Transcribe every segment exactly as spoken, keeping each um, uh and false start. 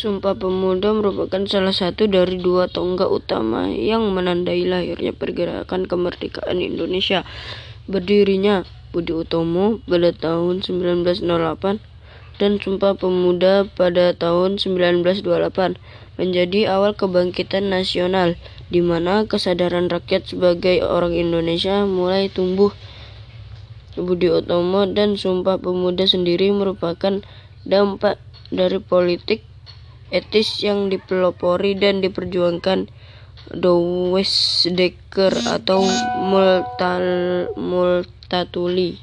Sumpah Pemuda merupakan salah satu dari dua tonggak utama yang menandai lahirnya pergerakan kemerdekaan Indonesia. Berdirinya Budi Utomo pada tahun sembilan belas nol delapan dan Sumpah Pemuda pada tahun sembilan belas dua puluh delapan menjadi awal kebangkitan nasional, di mana kesadaran rakyat sebagai orang Indonesia mulai tumbuh. Budi Utomo dan Sumpah Pemuda sendiri merupakan dampak dari politik etis yang dipelopori dan diperjuangkan Douwe Dekker atau Multal, Multatuli.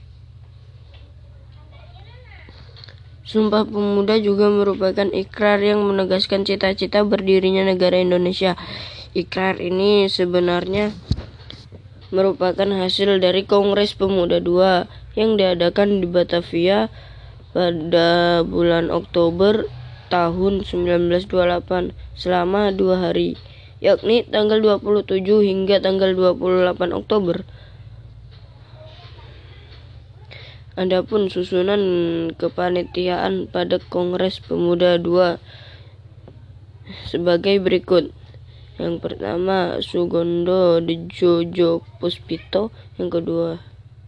Sumpah Pemuda juga merupakan ikrar yang menegaskan cita-cita berdirinya negara Indonesia. Ikrar ini sebenarnya merupakan hasil dari Kongres Pemuda kedua yang diadakan di Batavia pada bulan Oktober tahun sembilan belas dua puluh delapan selama dua hari, yakni tanggal dua puluh tujuh hingga tanggal dua puluh delapan Oktober. Adapun susunan kepanitiaan pada Kongres Pemuda kedua sebagai berikut. Yang pertama Sugondo Djodjopuspito, yang kedua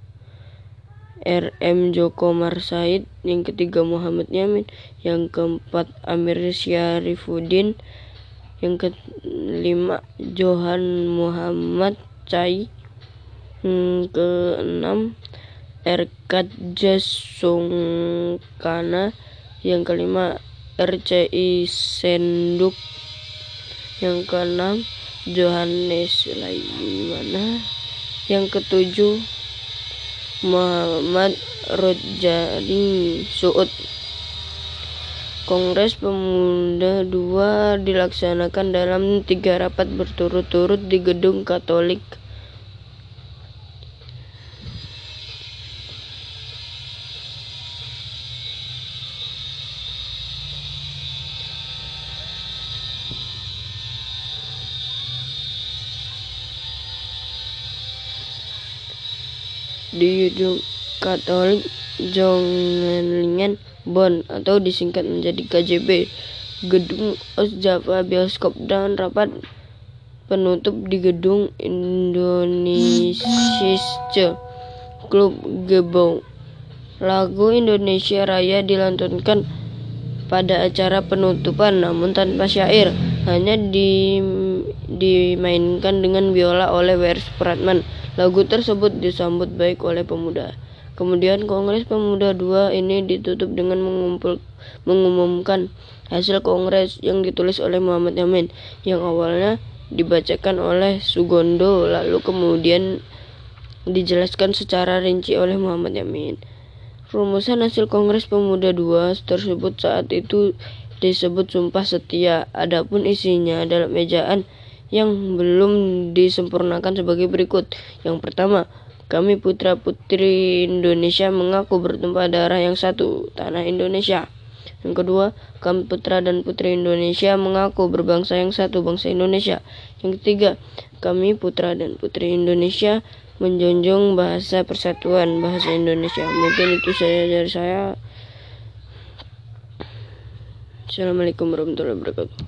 R M Djoko Marsaid, yang ketiga Muhammad Yamin, yang keempat Amir Syarifuddin, yang kelima Johan Muhammad Chai, yang keenam Erkadja Songkana, yang kelima R C I Senduk, yang keenam Johannes Laimana, yang ketujuh Muhammad Rojani Suud. Kongres Pemuda kedua dilaksanakan dalam tiga rapat berturut-turut di Gedung Katolik di Gedung Katolik Jongenlingen, Bonn, atau disingkat menjadi K J B, Gedung Ostjava Bioskop, dan rapat penutup di Gedung Indonesische Club Gebouw. Lagu Indonesia Raya dilantunkan pada acara penutupan, namun tanpa syair, hanya di, dimainkan dengan biola oleh W R Supratman. Lagu tersebut disambut baik oleh pemuda. Kemudian Kongres Pemuda kedua ini ditutup dengan mengumpul, mengumumkan hasil kongres yang ditulis oleh Muhammad Yamin, yang awalnya dibacakan oleh Sugondo, lalu kemudian dijelaskan secara rinci oleh Muhammad Yamin. Rumusan hasil Kongres Pemuda kedua tersebut saat itu disebut Sumpah Setia. Adapun isinya dalam ejaan yang belum disempurnakan sebagai berikut. Yang pertama, kami putra-putri Indonesia mengaku bertumpah darah yang satu, tanah Indonesia. Yang kedua, kami putra dan putri Indonesia mengaku berbangsa yang satu, bangsa Indonesia. Yang ketiga, kami putra dan putri Indonesia menjunjung bahasa persatuan, bahasa Indonesia. Mungkin itu saja dari saya. Assalamualaikum warahmatullahi wabarakatuh.